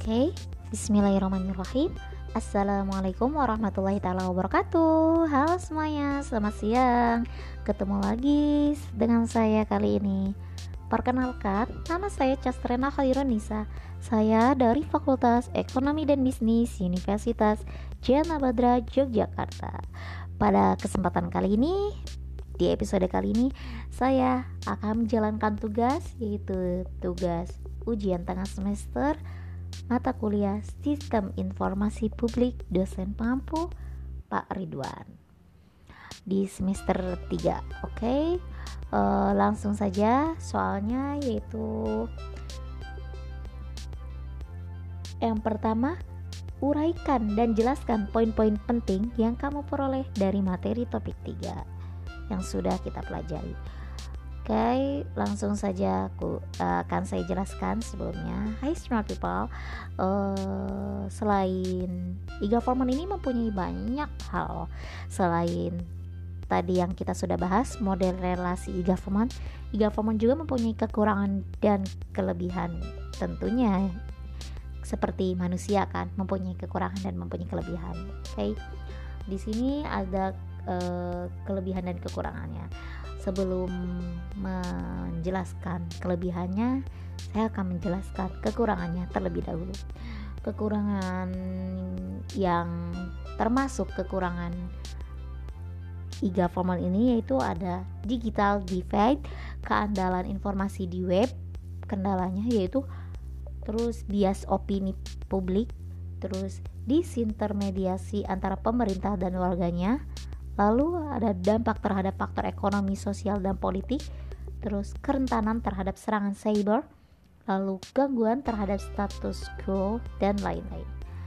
Oke, bismillahirrahmanirrahim. Assalamualaikum warahmatullahi taala wabarakatuh. Halo semuanya, selamat siang. Ketemu lagi dengan saya kali ini. Perkenalkan, nama saya Castrena Khairunisa. Saya dari Fakultas Ekonomi dan Bisnis Universitas Jana Badra, Yogyakarta. Pada kesempatan kali ini, di episode kali ini, saya akan menjalankan tugas, yaitu tugas ujian tengah semester mata kuliah Sistem Informasi Publik dosen pengampu Pak Ridwan di semester 3. Oke, langsung saja soalnya, yaitu yang pertama, uraikan dan jelaskan poin-poin penting yang kamu peroleh dari materi topik 3 yang sudah kita pelajari. Oke, langsung saja akan saya jelaskan sebelumnya. Hai smart people, selain e-government ini mempunyai banyak hal. Selain tadi yang kita sudah bahas, model relasi e-government juga mempunyai kekurangan dan kelebihan. Tentunya seperti manusia kan, mempunyai kekurangan dan mempunyai kelebihan. Oke, di sini ada kelebihan dan kekurangannya. Sebelum menjelaskan kelebihannya, saya akan menjelaskan kekurangannya terlebih dahulu. Kekurangan yang termasuk kekurangan e-government ini yaitu ada digital divide, keandalan informasi di web, kendalanya yaitu terus bias opini publik, terus disintermediasi antara pemerintah dan warganya. Lalu ada dampak terhadap faktor ekonomi, sosial, dan politik, terus kerentanan terhadap serangan cyber, lalu gangguan terhadap status quo, dan lain-lain.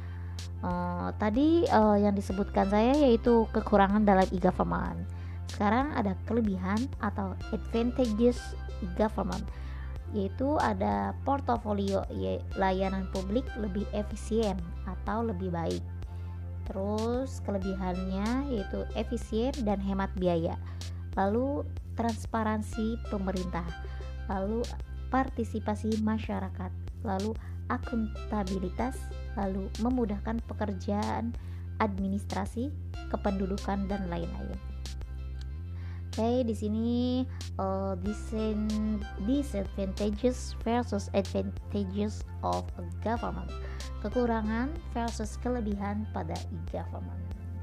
Tadi yang disebutkan saya yaitu kekurangan dalam e-government. Sekarang ada kelebihan atau advantages e-government, yaitu ada portofolio layanan publik lebih efisien atau lebih baik. Terus kelebihannya yaitu efisien dan hemat biaya, lalu transparansi pemerintah, lalu partisipasi masyarakat, lalu akuntabilitas, lalu memudahkan pekerjaan administrasi, kependudukan, dan lain-lain. Oke, di sini disadvantages versus advantages of a government. Kekurangan versus kelebihan pada e-government.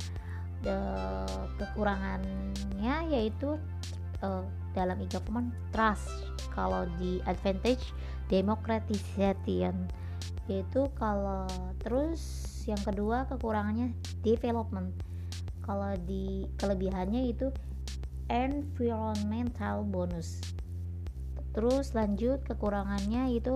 Kekurangannya yaitu dalam e-government trust. Kalau di advantage democratization, yaitu kalau terus yang kedua kekurangannya development. Kalau di kelebihannya itu environmental bonus. Terus lanjut kekurangannya itu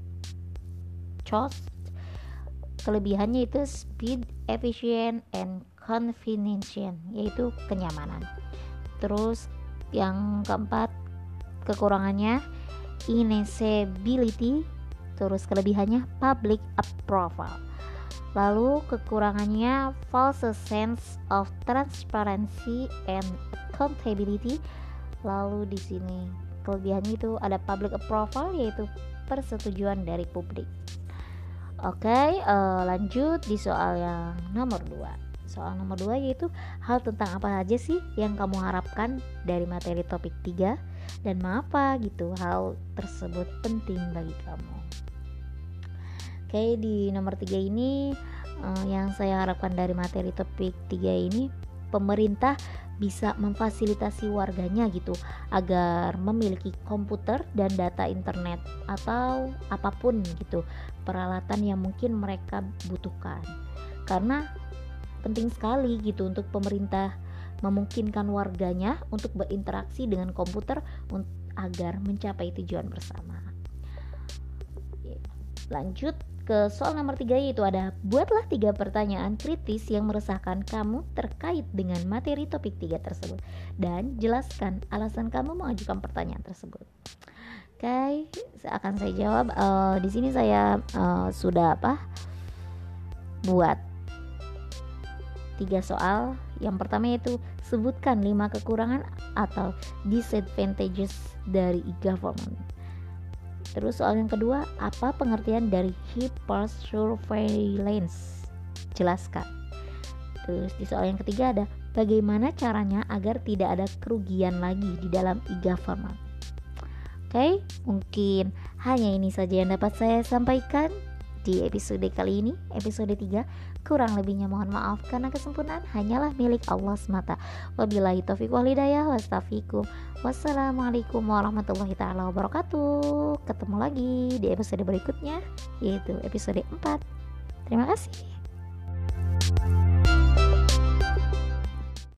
cost. Kelebihannya itu speed, efficient, and convenience, yaitu kenyamanan. Terus yang keempat kekurangannya inaccessibility. Terus kelebihannya public approval. Lalu kekurangannya false sense of transparency and accountability. Lalu di sini kelebihannya itu ada public approval, yaitu persetujuan dari publik. Oke, lanjut di soal yang nomor 2. Soal nomor 2 yaitu hal tentang apa aja sih yang kamu harapkan dari materi topik 3 dan mengapa gitu hal tersebut penting bagi kamu. Oke, di nomor 3 ini yang saya harapkan dari materi topik 3 ini, pemerintah bisa memfasilitasi warganya gitu agar memiliki komputer dan data internet atau apapun gitu peralatan yang mungkin mereka butuhkan. Karena penting sekali gitu untuk pemerintah memungkinkan warganya untuk berinteraksi dengan komputer agar mencapai tujuan bersama. Lanjut ke soal nomor 3 yaitu ada buatlah 3 pertanyaan kritis yang meresahkan kamu terkait dengan materi topik 3 tersebut dan jelaskan alasan kamu mengajukan pertanyaan tersebut. Oke, akan saya jawab. Di sini saya sudah buat 3 soal. Yang pertama yaitu sebutkan 5 kekurangan atau disadvantages dari e-government. Terus soal yang kedua, apa pengertian dari hypersurveillance? Jelaskan. Terus di soal yang ketiga ada, bagaimana caranya agar tidak ada kerugian lagi di dalam e-government? Oke, mungkin hanya ini saja yang dapat saya sampaikan di episode kali ini, episode 3. Kurang lebihnya mohon maaf karena kesempurnaan hanyalah milik Allah semata. Wabillahi taufiq wal hidayah, wastafikum. Wassalamualaikum warahmatullahi taala wabarakatuh. Ketemu lagi di episode berikutnya, yaitu episode 4. Terima kasih.